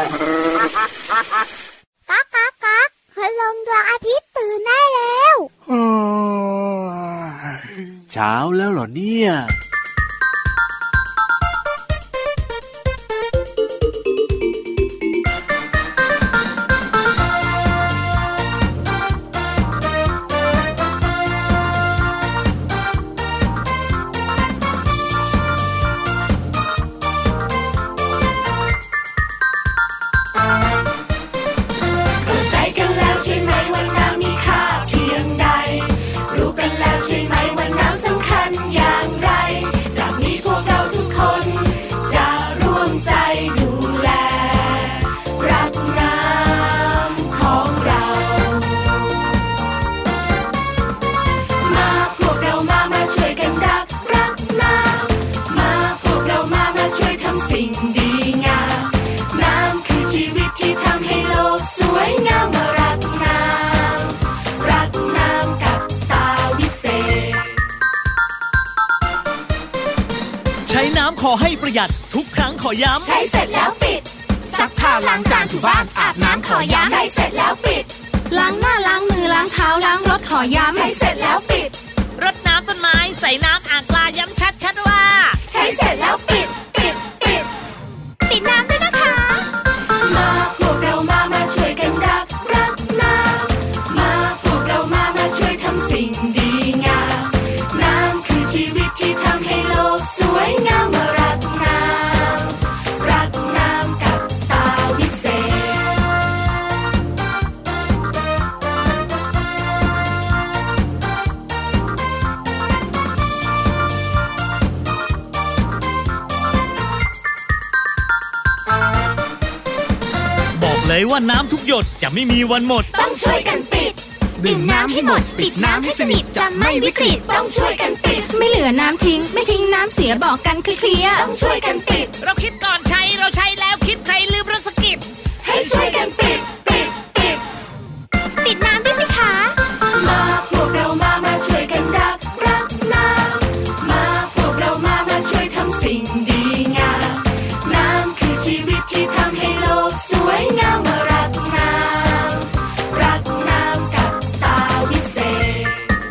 ก๊ากก๊ากก๊ากพลังดวงอาทิตย์ตื่นได้แล้วเช้าแล้วเหรอเนี่ยขอให้ประหยัดทุกครั้งขอย้ำใช้เสร็จแล้วปิดซักผ้าล้างจานถูบ้านอาบน้ำขอย้ำใช้เสร็จแล้วปิดล้างหน้าล้างมือล้างเท้าล้างรถขอย้ำใช้เสร็จแล้วปิดรดน้ำต้นไม้ใส่น้ำอ่างปลาย้ำชัดๆว่าใช้เสร็จแล้วปิดน้ำด้วยนะคะมาพวกเรามาช่วยกันรักน้ำมาพวกเรามาช่วยทำสิ่งดีงามน้ำคือชีวิตที่ทำให้โลกสวยงามเลยว่าน้ำทุกหยดจะไม่มีวันหมดต้องช่วยกันปิดดื่มน้ำให้หมดปิดน้ำให้สนิทจะไม่วิกฤตต้องช่วยกันปิดไม่เหลือน้ำทิ้งไม่ทิ้งน้ำเสียบอกกันเคลียร์ต้องช่วยกันปิดเราคิดก่อนใช้เราใช้แล้วคิดใครลืมเรื่องสกิปให้ช่วยกันปิดน้ำด้วยสิคะมาพวกเรามาช่วยกันรักน้ำมาพวกเรามาช่วยทำสิ่งดีงามน้ำคือชีวิตที่ทำให้โลกสวยงามรักน้ำกับตาวิเศษ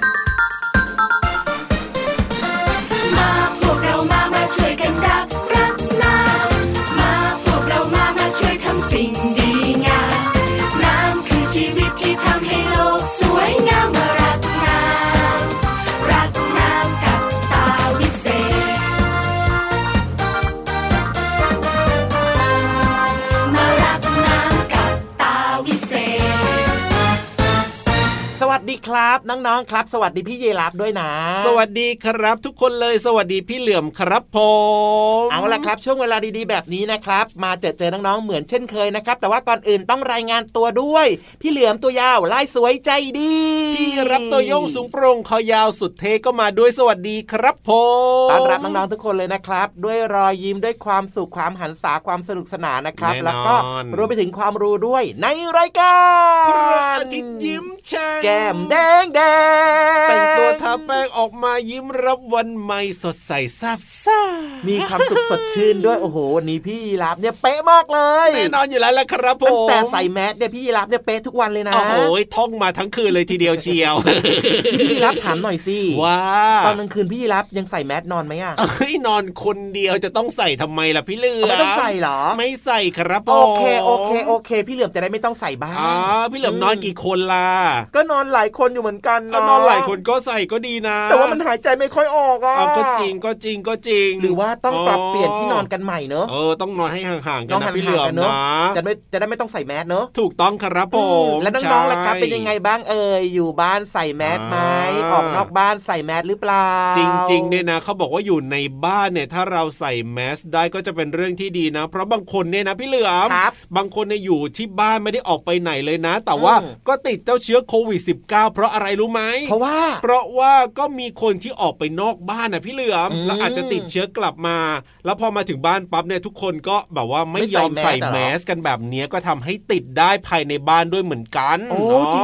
มาพวกเรามาช่วยกันรักน้ำมาพวกเรามาช่วยทำสิ่งดีงามน้ำคือชีวิตที่ทำให้โลกสวยงามรักน้ำกับตาวิเศษมารักน้ำกับตาวิเศษสวัสดีครับน้องๆครับสวัสดีพี่เยลับด้วยนะสวัสดีครับทุกคนเลยสวัสดีพี่เหลื่อมครับผมเอาล่ะครับช่วงเวลาดีๆแบบนี้นะครับมาเจอน้องๆเหมือนเช่นเคยนะครับแต่ว่าก่อนอื่นต้องรายงานตัวด้วยพี่เหลื่อมตัวยาวลายสวยใจดีพี่รับตัวโยงสูงโปร่งคอยาวสุดเท่ก็มาด้วยสวัสดีครับผมต้อนรับน้องๆทุกคนเลยนะครับด้วยรอยยิ้มด้วยความสุขความหันษาความสนุกสนานนะครับแล้วก็รวมไปถึงความรู้ด้วยในรายการพระอาทิตย์ยิ้มแฉ่งแก้มแดงแต่งตัวทาแป้งออกมายิ้มรับวันใหม่สดใสซาบซ่ามีความสุขสดชื่นด้วยโอ้โหวันนี้พี่ยีราฟเนี่ยเป๊ะมากเลยแน่นอนอยู่แล้วแหละครับผมตั้งแต่ใส่แมสเนี่ยพี่ยีราฟเนี่ยเป๊ะทุกวันเลยนะโอ้โหท่องมาทั้งคืนเลยทีเดียวเชียวพี่ยีราฟถามหน่อยสิว่าตอนกลางคืนพี่ยีราฟยังใส่แมสนอนไหมอ่ะนอนคนเดียวจะต้องใส่ทำไมล่ะพี่เหลือมไม่ต้องใส่หรอไม่ใส่ครับโอเคพี่เหลือมจะได้ไม่ต้องใส่บ้างพี่เหลือมนอนกี่คนล่ะก็นอนหลายคนอยู่เหมือนกันนอนหลายคนก็ใส่ก็ดีนะแต่ว่ามันหายใจไม่ค่อยออกอ่ะก็จริงหรือว่าต้องปรับเปลี่ยนที่นอนกันใหม่เนอะต้องนอนให้ห่างๆกันนะพี่เหลือมนะจะได้ไม่ต้องใส่แมสเนอะถูกต้องครับผมแล้วน้องๆล่ะครับเป็นยังไงบ้างอยู่บ้านใส่แมสไหมออกนอกบ้านใส่แมสหรือเปล่าจริงๆเนี่ยนะเขาบอกว่าอยู่ในบ้านเนี่ยถ้าเราใส่แมสได้ก็จะเป็นเรื่องที่ดีนะเพราะบางคนเนี่ยนะพี่เหลือมบางคนเนี่ยอยู่ที่บ้านไม่ได้ออกไปไหนเลยนะแต่ว่าก็ติดเจ้าเชื้อโควิด -19 เพราะอะไรรู้ไหมเพราะว่าก็มีคนที่ออกไปนอกบ้านนะพี่เหลือมแล้วอาจจะติดเชื้อกลับมาแล้วพอมาถึงบ้านปั๊บเนี่ยทุกคนก็แบบว่าไม่ยอมใส่แมสกันแบบนี้ก็ทำให้ติดได้ภายในบ้านด้วยเหมือนกันโอ้จริงๆด้วย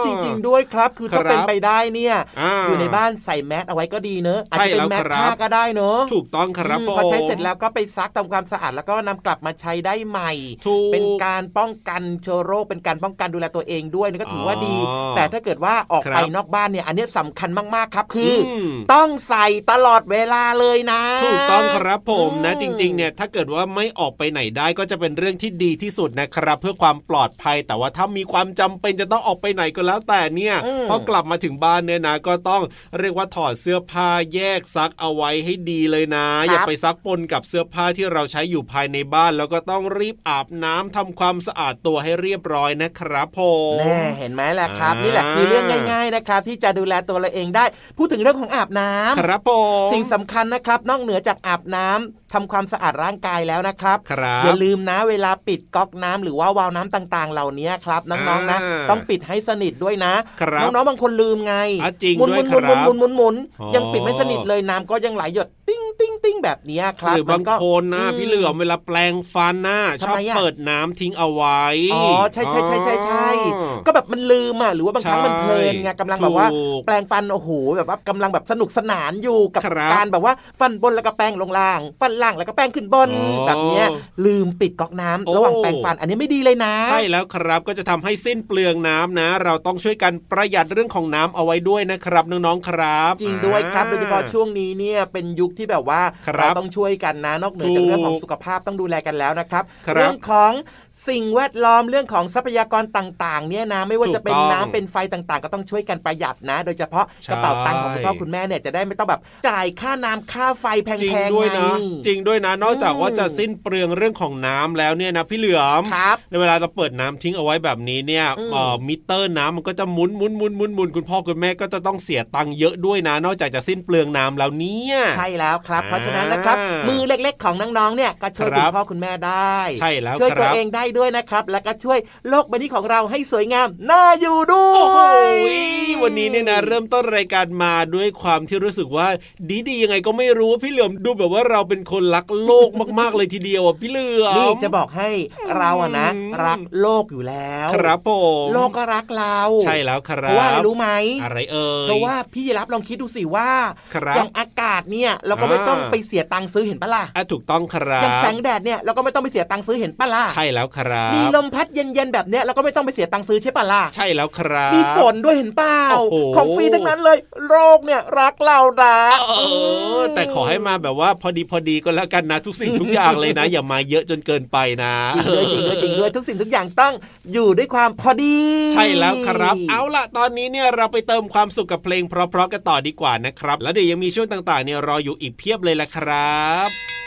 จริงๆด้วยครับคือถ้าเป็นไปได้เนี่ยอยู่ในบ้านใส่แมสเอาไว้ก็ดีเนอะอาจจะเป็นแมสผ้าก็ได้เนอะถูกต้องครับพอใช้เสร็จแล้วก็ไปซักทำความสะอาดแล้วก็นำกลับมาใช้ได้ใหม่เป็นการป้องกันเชื้อโรคเป็นการป้องกันดูแลตัวเองด้วยนี่ก็ถือว่าดีแต่ถ้าเกิดว่าออกไปนอกบ้านเนี่ยอันนี้สำคัญมากๆครับคือต้องใส่ตลอดเวลาเลยนะถูกต้องครับผมนะจริงๆเนี่ยถ้าเกิดว่าไม่ออกไปไหนได้ก็จะเป็นเรื่องที่ดีที่สุดนะครับเพื่อความปลอดภัยแต่ว่าถ้ามีความจำเป็นจะต้องออกไปไหนก็แล้วแต่เนี่ยพอกลับมาถึงบ้านเนี่ยนะก็ต้องเรียกว่าถอดเสื้อผ้าแยกซักเอาไว้ให้ดีเลยนะอย่าไปซักปนกับเสื้อผ้าที่เราใช้อยู่ภายในบ้านแล้วก็ต้องรีบอาบน้ำทำความสะอาดตัวให้เรียบร้อยนะครับผมแน่เห็นไหมล่ะครับนี่แหละคือเรื่องง่ายๆนะครับที่จะดูแลตัวเราเองได้พูดถึงเรื่องของอาบน้ำครับผมสิ่งสำคัญนะครับนอกเหนือจากอาบน้ำทำความสะอาดร่างกายแล้วนะครับอย่าลืมนะเวลาปิดก๊อกน้ำหรือว่าวาล์วน้ำต่างๆเหล่านี้ครับน้องๆนะต้องปิดให้สนิทด้วยนะน้องๆบางคนลืมไงหมุนยังปิดไม่สนิทเลยน้ำก็ยังไหลหยดติ้งติ้งติ้งแบบนี้ครับหรือบางคนนะพี่เหลือมเวลาแปรงฟันนะชอบเปิดน้ำทิ้งเอาไว้อ๋อใช่ก็แบบมันลืมหรือว่าบางครั้งมันเพลินไงกำลังแบบว่าแปรงฟันโอ้โหแบบว่ากำลังแบบสนุกสนานอยู่กับการแบบว่าฟันบนแล้วก็แปรงลงล่างฟันล่างแล้วก็แปรงขึ้นบนแบบนี้ลืมปิดก๊อกน้ำระหว่างแปรงฟันอันนี้ไม่ดีเลยนะใช่แล้วครับก็จะทำให้สิ้นเปลืองน้ำนะเราต้องช่วยกันประหยัดเรื่องของน้ำเอาไว้ด้วยนะครับน้องๆครับจริงด้วยครับโดยเฉพาะช่วงนี้เนี่ยเป็นยุคที่แบบว่าเราต้องช่วยกันนะนอกเหนือจากเรื่องของสุขภาพต้องดูแลกันแล้วนะครับเรื่องของสิ่งแวดล้อมเรื่องของทรัพยากรต่างๆเนี่ยนะไม่ว่าจะเป็นน้ำเป็นไฟต่างๆก็ต้องช่วยกันประหยัดนะโดยเฉพาะกระเป๋าตังค์ของคุณพ่อคุณแม่เนี่ยจะได้ไม่ต้องแบบจ่ายค่าน้ำค่าไฟแพงๆด้วยนะจริงด้วยนะนอกจากว่าจะสิ้นเปลืองเรื่องของน้ำแล้วเนี่ยนะพี่เหลือมในเวลาเราเปิดน้ำทิ้งเอาไว้แบบนี้เนี่ยมิเตอร์น้ำมันก็จะหมุนคุณพ่อคุณแม่ก็จะต้องเสียตังค์เยอะด้วยนะนอกจากจะสิ้นเปลืองน้ำแล้วเนี่ยใช่แล้วครับเพราะฉะนั้นนะครับมือเล็กๆของน้องๆเนี่ยก็ช่วยคุณพ่อคุณแม่ได้ใช่แล้วช่วยตัวเองได้ด้วยนะครับแล้วก็ช่วยโลกใบนี้ของเราให้สวยงามน่าอยู่ด้วยวันนี้เนี่ยนะเริ่มต้นรายการมาด้วยความที่รู้สึกว่าดียังไงก็ไม่รู้พี่เหลือมดูแบบว่าเราเป็นคนรักโลกมากๆเลยทีเดียวพี่เหลือมนี่จะบอกให้เราอะนะรักโลกอยู่แล้วครับผมโลกก็รักเราใช่แล้วครับเพราะว่าอะไรรู้ไหมอะไรเอ่ยเพราะว่าพี่รับลองคิดดูสิว่าอย่างอากาศเนี่ยเราก็ไม่ต้องไปเสียตังค์ซื้อเห็นปะล่ะถูกต้องครับอย่างแสงแดดเนี่ยเราก็ไม่ต้องไปเสียตังค์ซื้อเห็นปะล่ะใช่แล้วครับมีลมพัดเย็นๆแบบเนี้ยเราก็ไม่ต้องไปเสียตังค์ซื้อใช่ปะล่ะใช่แล้วครับมีฝนด้วยเห็นเปล่าของฟรีทั้งนั้นเลยโลกเนี่ยรักเรานะแต่ขอให้มาแบบว่าพอดีก็แล้วกันนะทุกสิ่งทุกอย่างเลยนะอย่ามาเยอะจนเกินไปนะจริงด้วยทุกสิ่งทุกอย่างต้องอยู่ด้วยความพอดีใช่แล้วครับเอาล่ะตอนนี้เนี่ยเราไปเติมความสุขกับเพลงเพราะๆกันต่อดีกว่านะครับแล้วเดี๋ยวยังมีช่วงต่างๆเนี่ยรออยู่อีกเพียบเลยละครับ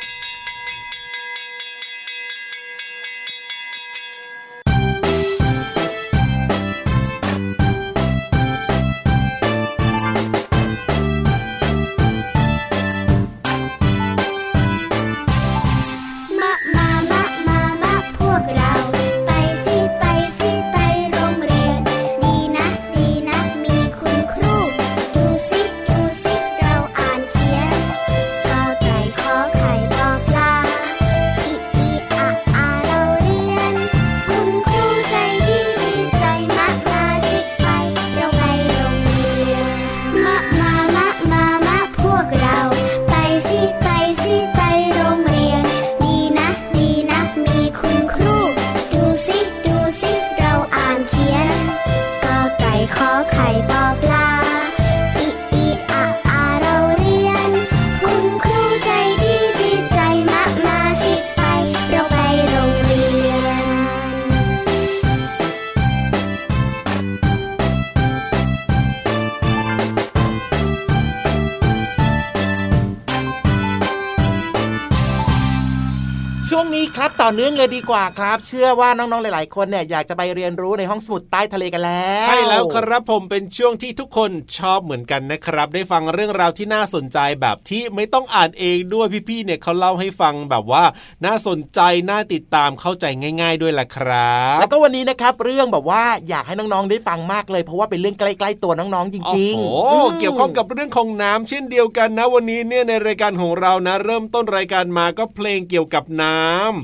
ช่วงนี้ครับต่อเนื่องเลยดีกว่าครับเชื่อว่าน้องๆหลายๆคนเนี่ยอยากจะไปเรียนรู้ในห้องสมุดใต้ทะเลกันแล้วใช่แล้วครับผมเป็นช่วงที่ทุกคนชอบเหมือนกันนะครับได้ฟังเรื่องราวที่น่าสนใจแบบที่ไม่ต้องอ่านเองด้วยพี่ๆเนี่ยเขาเล่าให้ฟังแบบว่าน่าสนใจน่าติดตามเข้าใจง่ายๆด้วยล่ะครับแล้วก็วันนี้นะครับเรื่องแบบว่าอยากให้น้องๆได้ฟังมากเลยเพราะว่าเป็นเรื่องใกล้ๆตัวน้องๆจริงๆโอ้เกี่ยวข้องกับเรื่องของน้ำเช่นเดียวกันนะวันนี้เนี่ยในรายการของเรานะเริ่มต้นรายการมาก็เพลงเกี่ยวกับน้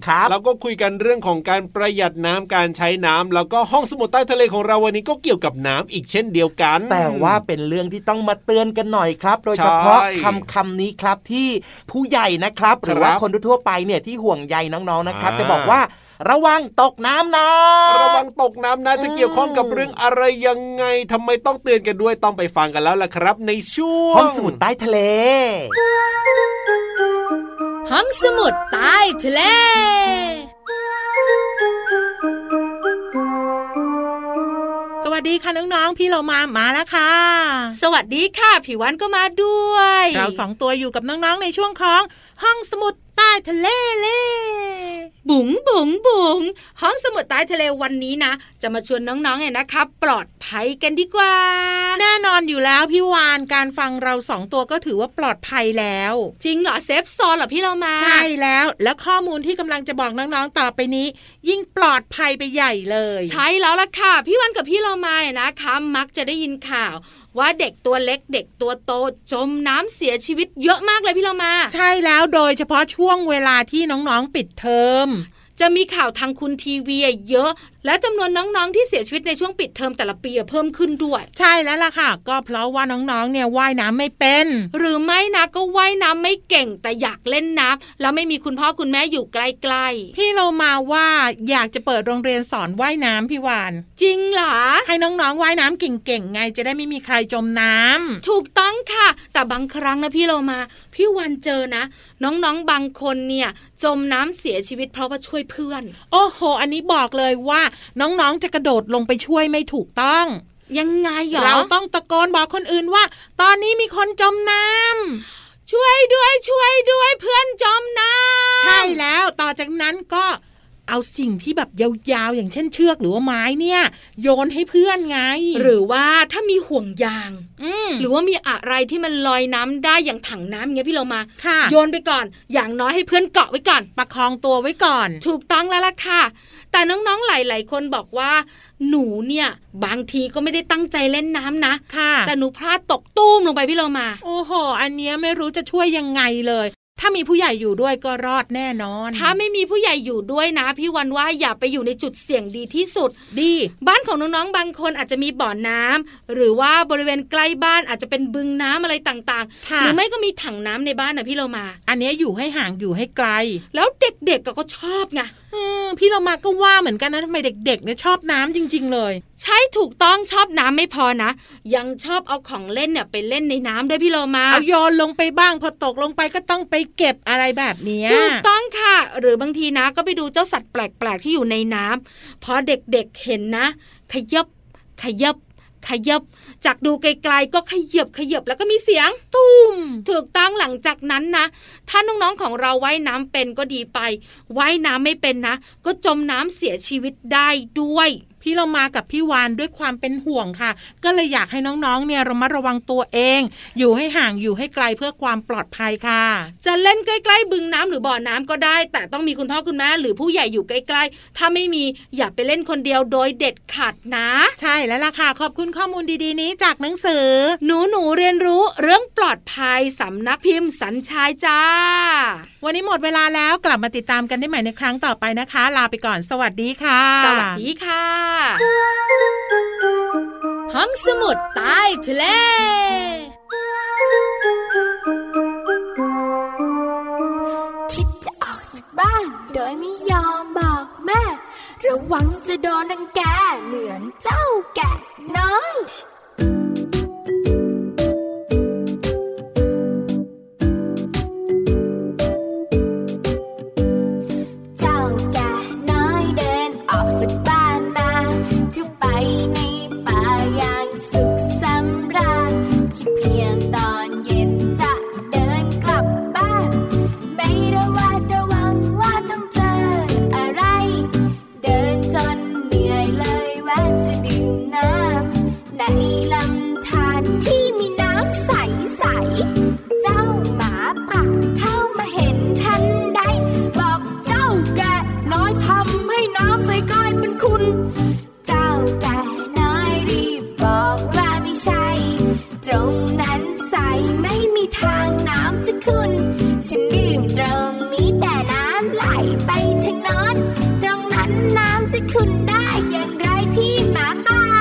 แล้วก็คุยกันเรื่องของการประหยัดน้ำการใช้น้ำแล้วก็ห้องสมุดใต้ทะเลของเราวันนี้ก็เกี่ยวกับน้ำอีกเช่นเดียวกันแต่ว่าเป็นเรื่องที่ต้องมาเตือนกันหน่อยครับโดยเฉพาะคำนี้ครับที่ผู้ใหญ่นะครับหรือว่าคนทั่วไปเนี่ยที่ห่วงใยน้องๆนะครับจะบอกว่าระวังตกน้ำนะระวังตกน้ำนะจะเกี่ยวข้องกับเรื่องอะไรยังไงทำไมต้องเตือนกันด้วยต้องไปฟังกันแล้วล่ะครับในช่วงห้องสมุดใต้ทะเลห้องสมุดใต้ทะเลสวัสดีค่ะน้องๆพี่เรามาแล้วค่ะสวัสดีค่ะพี่วันก็มาด้วยเรา2ตัวอยู่กับน้องๆในช่วงของห้องสมุดใต้ทะเลบุ๋งบุ๋งบุ๋งห้องสมุดใต้ทะเลวันนี้นะจะมาชวนน้องๆเนี่ยนะครับปลอดภัยกันดีกว่าแน่นอนอยู่แล้วพี่วานการฟังเรา2ตัวก็ถือว่าปลอดภัยแล้วจริงเหรอเซฟโซนเหรอพี่เรามาใช่แล้วและข้อมูลที่กำลังจะบอกน้องๆต่อไปนี้ยิ่งปลอดภัยไปใหญ่เลยใช่แล้วล่ะค่ะพี่วันกับพี่เรามานะคะมักจะได้ยินข่าวว่าเด็กตัวเล็กเด็กตัวโตจมน้ำเสียชีวิตเยอะมากเลยพี่เรามาใช่แล้วโดยเฉพาะช่วงเวลาที่น้องๆปิดเทอมจะมีข่าวทางคุณทีวีเยอะและจำนวนน้องๆที่เสียชีวิตในช่วงปิดเทอมแต่ละปีเพิ่มขึ้นด้วยใช่แล้วล่ะค่ะก็เพราะว่าน้องๆเนี่ยว่ายน้ำไม่เป็นหรือไม่นะก็ว่ายน้ำไม่เก่งแต่อยากเล่นน้ำแล้วไม่มีคุณพ่อคุณแม่อยู่ใกล้ๆพี่เรามาว่าอยากจะเปิดโรงเรียนสอนว่ายน้ำพี่วานจริงเหรอให้น้องๆว่ายน้ำเก่งๆไงจะได้ไม่มีใครจมน้ำถูกต้องค่ะแต่บางครั้งนะพี่เรามาพี่วันเจอนะน้องๆบางคนเนี่ยจมน้ำเสียชีวิตเพราะว่าช่วยเพื่อนโอ้โหอันนี้บอกเลยว่าน้องๆจะกระโดดลงไปช่วยไม่ถูกต้องยังไงหรอเราต้องตะโกนบอกคนอื่นว่าตอนนี้มีคนจมน้ำช่วยด้วยช่วยด้วยเพื่อนจมน้ำใช่แล้วต่อจากนั้นก็เอาสิ่งที่แบบยาวๆอย่างเช่นเชือกหรือว่าไม้เนี่ยโยนให้เพื่อนไงหรือว่าถ้ามีห่วงยางหรือว่ามีอะไรที่มันลอยน้ำได้อย่างถังน้ำอย่างเงี้ยพี่เรามาโยนไปก่อนอย่างน้อยให้เพื่อนเกาะไว้ก่อนประคองตัวไว้ก่อนถูกต้องแล้วล่ะค่ะแต่น้องๆหลายๆคนบอกว่าหนูเนี่ยบางทีก็ไม่ได้ตั้งใจเล่นน้ำนะแต่หนูพลาดตกตุ้มลงไปพี่เรามาโอ้โหอันเนี้ยไม่รู้จะช่วยยังไงเลยถ้ามีผู้ใหญ่อยู่ด้วยก็รอดแน่นอนถ้าไม่มีผู้ใหญ่อยู่ด้วยนะพี่วันว่าอย่าไปอยู่ในจุดเสี่ยงดีที่สุดดีบ้านของน้องๆบางคนอาจจะมีบ่อน้ำหรือว่าบริเวณใกล้บ้านอาจจะเป็นบึงน้ำอะไรต่างๆหรือไม่ก็มีถังน้ำในบ้านนะพี่เรามาอันนี้อยู่ให้ห่างอยู่ให้ไกลแล้วเด็กๆก็ชอบไงพี่เรามาก็ว่าเหมือนกันนะทำไมเด็กๆเนี่ยชอบน้ำจริงๆเลยใช่ถูกต้องชอบน้ำไม่พอนะยังชอบเอาของเล่นเนี่ยไปเล่นในน้ำด้วยพี่เรามาเอาโยนลงไปบ้างพอตกลงไปก็ต้องไปเก็บอะไรแบบนี้ถูกต้องค่ะหรือบางทีนะก็ไปดูเจ้าสัตว์แปลกๆที่อยู่ในน้ำพอเด็กๆเห็นนะขยับจากดูไกลๆก็ขยับแล้วก็มีเสียงตุ้มถูกต้องหลังจากนั้นนะถ้าน้องๆของเราว่ายน้ำเป็นก็ดีไปว่ายน้ำไม่เป็นนะก็จมน้ำเสียชีวิตได้ด้วยพี่เรามากับพี่วานด้วยความเป็นห่วงค่ะก็เลยอยากให้น้องๆเนี่ยระมัดระวังตัวเองอยู่ให้ห่างอยู่ให้ไกลเพื่อความปลอดภัยค่ะจะเล่นใกล้ๆบึงน้ำหรือบ่อน้ำก็ได้แต่ต้องมีคุณพ่อคุณแม่หรือผู้ใหญ่อยู่ใกล้ๆถ้าไม่มีอย่าไปเล่นคนเดียวโดยเด็ดขาดนะใช่แล้วล่ะค่ะขอบคุณข้อมูลดีๆนี้จากหนังสือหนูเรียนรู้เรื่องปลอดภัยสำนักพิมพ์สัญชัยจ้าวันนี้หมดเวลาแล้วกลับมาติดตามกันได้ใหม่ในครั้งต่อไปนะคะลาไปก่อนสวัสดีค่ะสวัสดีค่ะห้องสมุดใต้ทะเลคิดจะออกจากบ้านโดยไม่ยอมบอกแม่ระวังจะโดนรังแกเหมือนเจ้าแกะน้อยจนจะคุณได้อย่างไรพี่หมาป่า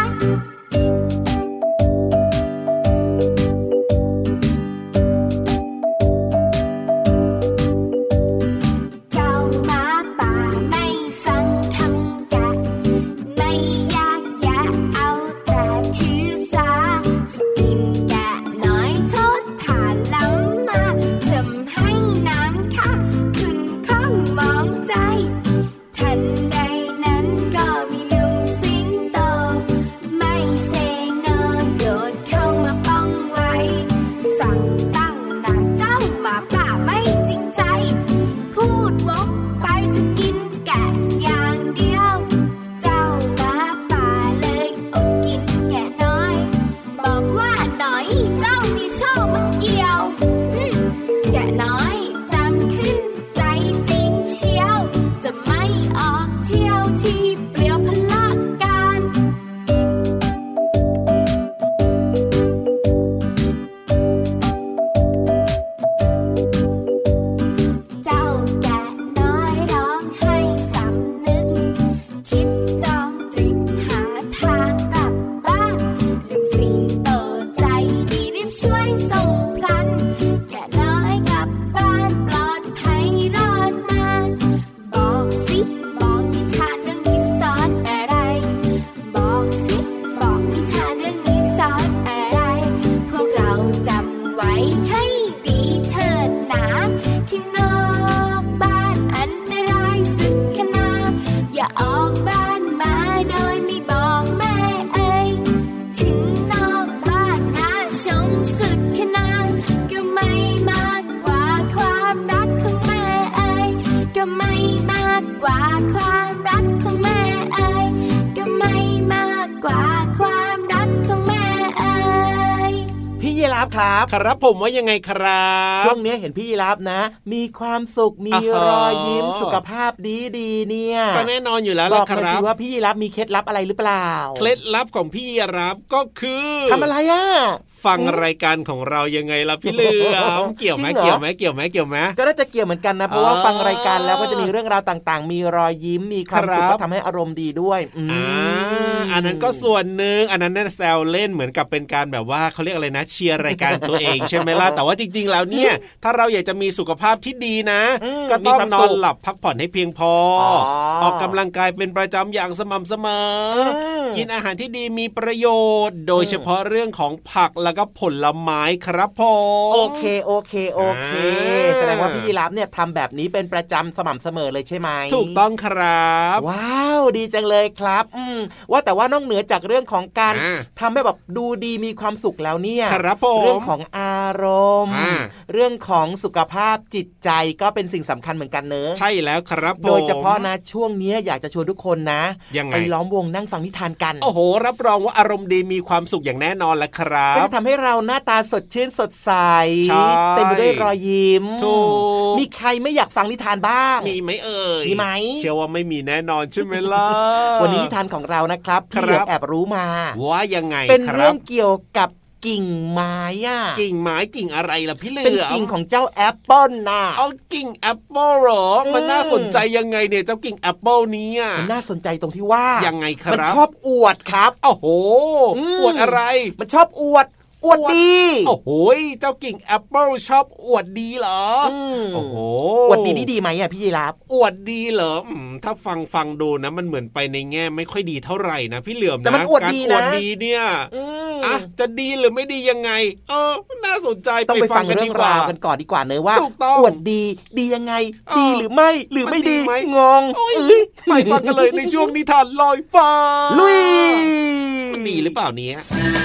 ครับผมว่ายังไงครับช่วงนี้เห็นพี่ยีราฟนะมีความสุขมีรอยยิ้มสุขภาพดีเนี่ยก็แน่นอนอยู่แล้วล่ะครับบอกมาสิว่าพี่ยีราฟมีเคล็ดลับอะไรหรือเปล่าเคล็ดลับของพี่ยีราฟก็คือทำอะไรอ่ะฟังรายการของเรายังไงล่ะพี่เหลือมเกี่ยวไหมก็น่าจะเกี่ยวเหมือนกันนะเพราะว่าฟังรายการแล้วก็จะมีเรื่องราวต่างๆมีรอยยิ้มมีความสุขก็ทำให้อารมณ์ดีด้วยอันนั้นก็ส่วนหนึ่งอันนั้นแซวเล่นเหมือนกับเป็นการแบบว่าเขาเรียกอะไรนะเชียร์รายการตัวเองใช่ไหมล่ะแต่ว่าจริงๆแล้วเนี่ยถ้าเราอยากจะมีสุขภาพที่ดีนะก็ต้องนอนหลับพักผ่อนให้เพียงพอออกกำลังกายเป็นประจำอย่างสม่ำเสมอกินอาหารที่ดีมีประโยชน์โดยเฉพาะเรื่องของผักแล้วก็ผลไม้ครับผมโอเคแสดงว่าพี่ยีราฟเนี่ยทำแบบนี้เป็นประจำสม่ำเสมอเลยใช่ไหมถูกต้องครับว้าวดีจังเลยครับว่าแต่ว่านอกเหนือจากเรื่องของการทำให้แบบดูดีมีความสุขแล้วเนี่ยเรื่องของอารมณ์เรื่องของสุขภาพจิตใจก็เป็นสิ่งสำคัญเหมือนกันเนอะใช่แล้วครับผมโดยเฉพาะนะช่วงนี้อยากจะชวนทุกคนนะไปล้อมวงนั่งฟังนิทานกันโอ้โหรับรองว่าอารมณ์ดีมีความสุขอย่างแน่นอนแหละครับก็จะทำให้เราหน้าตาสดชื่นสดใสเต็มไปด้วยรอยยิ้มมีใครไม่อยากฟังนิทานบ้างมีไหมเอ่ยมีไหมเชื่อว่าไม่มีแน่นอนใช่ไหมล่ะวันนี้นิทานของเรานะครับพี่เหลือแอบรู้มาว่ายังไงเป็นเรื่องเกี่ยวกับกิ่งไม้กิ่งไม้กิ่งอะไรล่ะพี่เหลือเป็นกิ่งของเจ้าแอปเปิ้ลน่ะเอากิ่งแอปเปิ้ลเหรอมันน่าสนใจยังไงเนี่ยเจ้ากิ่งแอปเปิ้ลนี้มันน่าสนใจตรงที่ว่ายังไงครับมันชอบอวดครับโอ้โหอวดอะไรมันชอบอวดดีโอ้โหเจ้ากิ่งแอปเปิ้ลชอบอวดดีเหรอโอ้โหอวดดีนี่ดีไหมอ่ะพี่ยีราฟอวดดีเหรอถ้าฟังดูนะมันเหมือนไปในแง่ไม่ค่อยดีเท่าไหร่นะพี่เหลือมนะแต่มันอวดดีนะอวดดีเนี่ยจะดีหรือไม่ดียังไงน่าสนใจต้องไปฟังเรื่องราวกันก่อนดีกว่าเนอะว่าอวดดียังไงดีหรือไม่หรือไม่ดีงงไปฟังกันเลยในช่วงนิทานลอยฟ้าลุยมันดีหรือเปล่าเนี่ย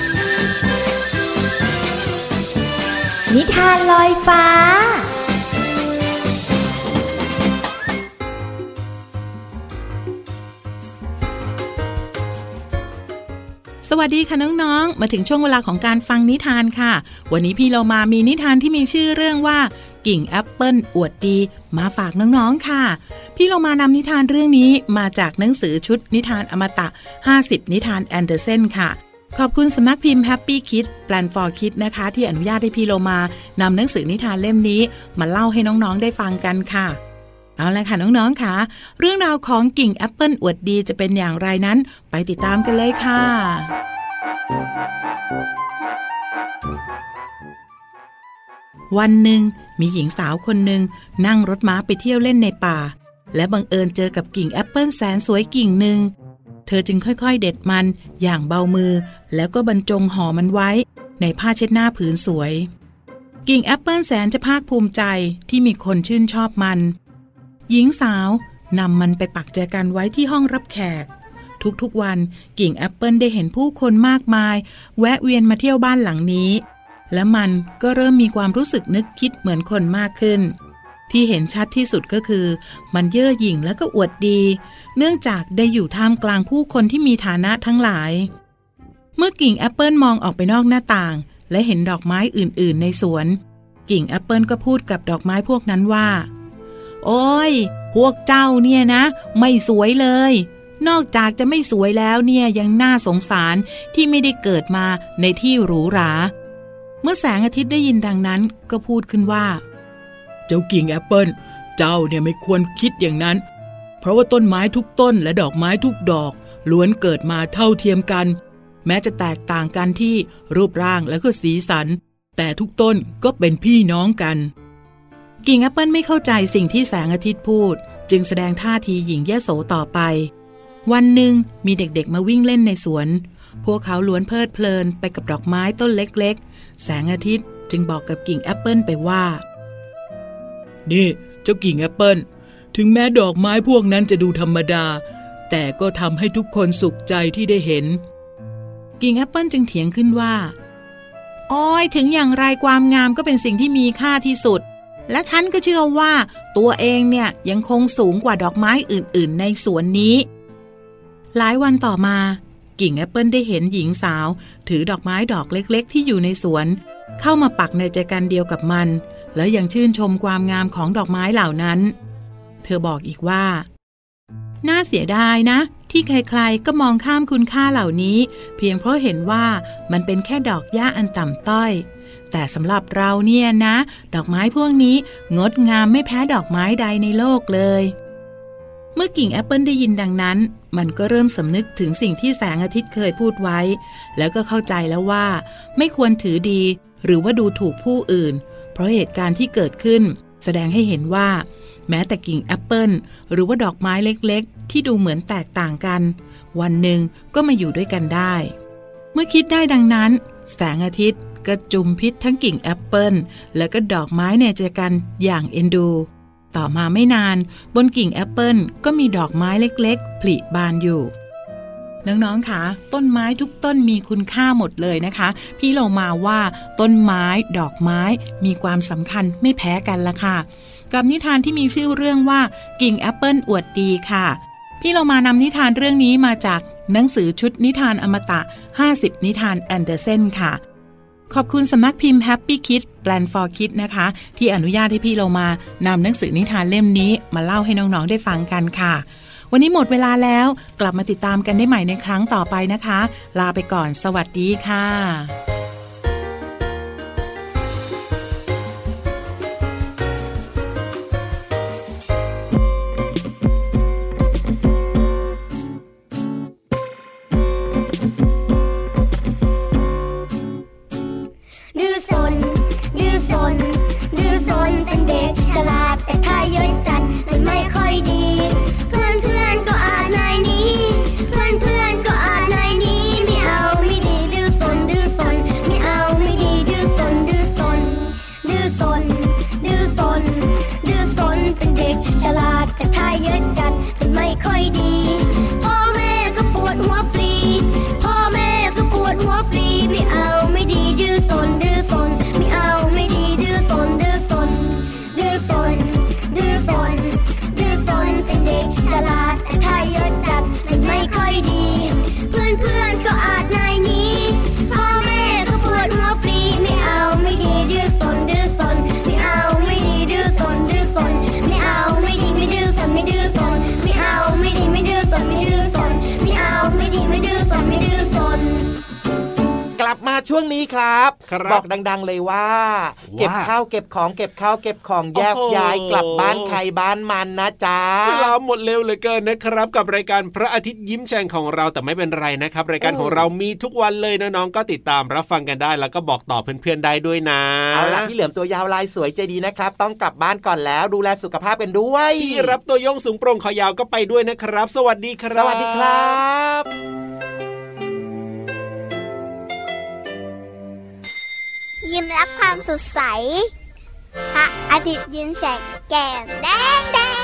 นิทานลอยฟ้าสวัสดีค่ะน้องๆมาถึงช่วงเวลาของการฟังนิทานค่ะวันนี้พี่เรามามีนิทานที่มีชื่อเรื่องว่ากิ่งแอปเปิ้ลอวดดีมาฝากน้องๆค่ะพี่เรามานำนิทานเรื่องนี้มาจากหนังสือชุดนิทานอมตะ50นิทานแอนเดอร์เซนค่ะขอบคุณสำนักพิมพ์ Happy Kids Plan for Kids นะคะที่อนุญาตให้พี่โลมานำหนังสือนิทานเล่มนี้มาเล่าให้น้องๆได้ฟังกันค่ะเอาละค่ะน้องๆค่ะเรื่องราวของกิ่งแอปเปิ้ลอวดดีจะเป็นอย่างไรนั้นไปติดตามกันเลยค่ะวันหนึ่งมีหญิงสาวคนหนึ่งนั่งรถม้าไปเที่ยวเล่นในป่าและบังเอิญเจอกับกิ่งแอปเปิ้ลแสนสวยกิ่งหนึ่งเธอจึงค่อยๆเด็ดมันอย่างเบามือแล้วก็บรรจงห่อมันไว้ในผ้าเช็ดหน้าผืนสวยกิ่งแอปเปิ้ลแสนจะภาคภูมิใจที่มีคนชื่นชอบมันหญิงสาวนำมันไปปักแจกันไว้ที่ห้องรับแขกทุกๆวันกิ่งแอปเปิ้ลได้เห็นผู้คนมากมายแวะเวียนมาเที่ยวบ้านหลังนี้และมันก็เริ่มมีความรู้สึกนึกคิดเหมือนคนมากขึ้นที่เห็นชัดที่สุดก็คือมันเย่อหยิ่งและก็อวดดีเนื่องจากได้อยู่ท่ามกลางผู้คนที่มีฐานะทั้งหลายเมื่อกิ่งแอปเปิ้ลมองออกไปนอกหน้าต่างและเห็นดอกไม้อื่นๆในสวนกิ่งแอปเปิ้ลก็พูดกับดอกไม้พวกนั้นว่าโอ้ยพวกเจ้าเนี่ยนะไม่สวยเลยนอกจากจะไม่สวยแล้วเนี่ยยังน่าสงสารที่ไม่ได้เกิดมาในที่หรูหราเมื่อแสงอาทิตย์ได้ยินดังนั้นก็พูดขึ้นว่าเจ้ากิ่งแอปเปิ้ลเจ้าเนี่ยไม่ควรคิดอย่างนั้นเพราะว่าต้นไม้ทุกต้นและดอกไม้ทุกดอกล้วนเกิดมาเท่าเทียมกันแม้จะแตกต่างกันที่รูปร่างและก็สีสันแต่ทุกต้นก็เป็นพี่น้องกันกิ่งแอปเปิ้ลไม่เข้าใจสิ่งที่แสงอาทิตย์พูดจึงแสดงท่าทีหยิ่งยโสต่อไปวันหนึ่งมีเด็กๆมาวิ่งเล่นในสวนพวกเขาล้วนเพลิดเพลินไปกับดอกไม้ต้นเล็กๆแสงอาทิตย์จึงบอกกับกิ่งแอปเปิ้ลไปว่านี่เจ้ากิ่งแอปเปิ้ลถึงแม้ดอกไม้พวกนั้นจะดูธรรมดาแต่ก็ทำให้ทุกคนสุขใจที่ได้เห็นกิ่งแอปเปิ้ลจึงเถียงขึ้นว่าอ้อยถึงอย่างไรความงามก็เป็นสิ่งที่มีค่าที่สุดและฉันก็เชื่อว่าตัวเองเนี่ยยังคงสูงกว่าดอกไม้อื่นๆในสวนนี้หลายวันต่อมากิ่งแอปเปิ้ลได้เห็นหญิงสาวถือดอกไม้ดอกเล็กๆที่อยู่ในสวนเข้ามาปักในใจกันเดียวกับมันแล้วยังชื่นชมความงามของดอกไม้เหล่านั้นเธอบอกอีกว่าน่าเสียดายนะที่ใครๆก็มองข้ามคุณค่าเหล่านี้เพียงเพราะเห็นว่ามันเป็นแค่ดอกหญ้าอันต่ำต้อยแต่สำหรับเราเนี่ยนะดอกไม้พวกนี้งดงามไม่แพ้ดอกไม้ใดในโลกเลยเมื่อกิ่งแอปเปิ้ลได้ยินดังนั้นมันก็เริ่มสำนึกถึงสิ่งที่แสงอาทิตย์เคยพูดไว้แล้วก็เข้าใจแล้วว่าไม่ควรถือดีหรือว่าดูถูกผู้อื่นเพราะเหตุการณ์ที่เกิดขึ้นแสดงให้เห็นว่าแม้แต่กิ่งแอปเปิ้ลหรือว่าดอกไม้เล็กๆที่ดูเหมือนแตกต่างกันวันหนึ่งก็มาอยู่ด้วยกันได้เมื่อคิดได้ดังนั้นแสงอาทิตย์ก็จุมพิษทั้งกิ่งแอปเปิ้ลและก็ดอกไม้ในใจกันอย่างเอ็นดูต่อมาไม่นานบนกิ่งแอปเปิ้ลก็มีดอกไม้เล็กๆผลิบานอยู่น้องๆค่ะต้นไม้ทุกต้นมีคุณค่าหมดเลยนะคะพี่โลมาว่าต้นไม้ดอกไม้มีความสำคัญไม่แพ้กันละค่ะกับนิทานที่มีชื่อเรื่องว่ากิ่งแอปเปิ้ลอวดดีค่ะพี่โลมานำนิทานเรื่องนี้มาจากหนังสือชุดนิทานอมตะ50นิทานแอนเดอร์เซนค่ะขอบคุณสำนักพิมพ์ Happy Kids Plan for Kids นะคะที่อนุญาตให้พี่โลมานำหนังสือนิทานเล่มนี้มาเล่าให้น้องๆได้ฟังกันค่ะวันนี้หมดเวลาแล้วกลับมาติดตามกันได้ใหม่ในครั้งต่อไปนะคะลาไปก่อนสวัสดีค่ะเป็นเด็กฉลาดแต่ถ้าเยอะจัดมันไม่ค่อยดีเพื่อนก็อาจนายนี้เพื่อนก็อาจนายนี้ไม่เอาไม่ดีดื้อซนลับมาช่วงนี้ครับบอกดังๆเลยว่าเก็บข้าวเก็บของแยกย้ายกลับบ้านใครบ้านมันนะจ๊ะเวลาหมดเร็วเหลือเกินนะครับกับรายการพระอาทิตย์ยิ้มแฉ่งของเราแต่ไม่เป็นไรนะครับรายการของเรามีทุกวันเลยน้องๆก็ติดตามรับฟังกันได้แล้วก็บอกต่อเพื่อนๆได้ด้วยนะเอาล่ะพี่เหลือมตัวยาวลายสวยใจดีนะครับต้องกลับบ้านก่อนแล้วดูแลสุขภาพกันด้วยพี่รับตัวโยงสูงโปร่งคอยาวก็ไปด้วยนะครับสวัสดีครับสวัสดีครับยิ้มรับความสดใสพระอาทิตย์ยิ้มแฉกแก้มแดง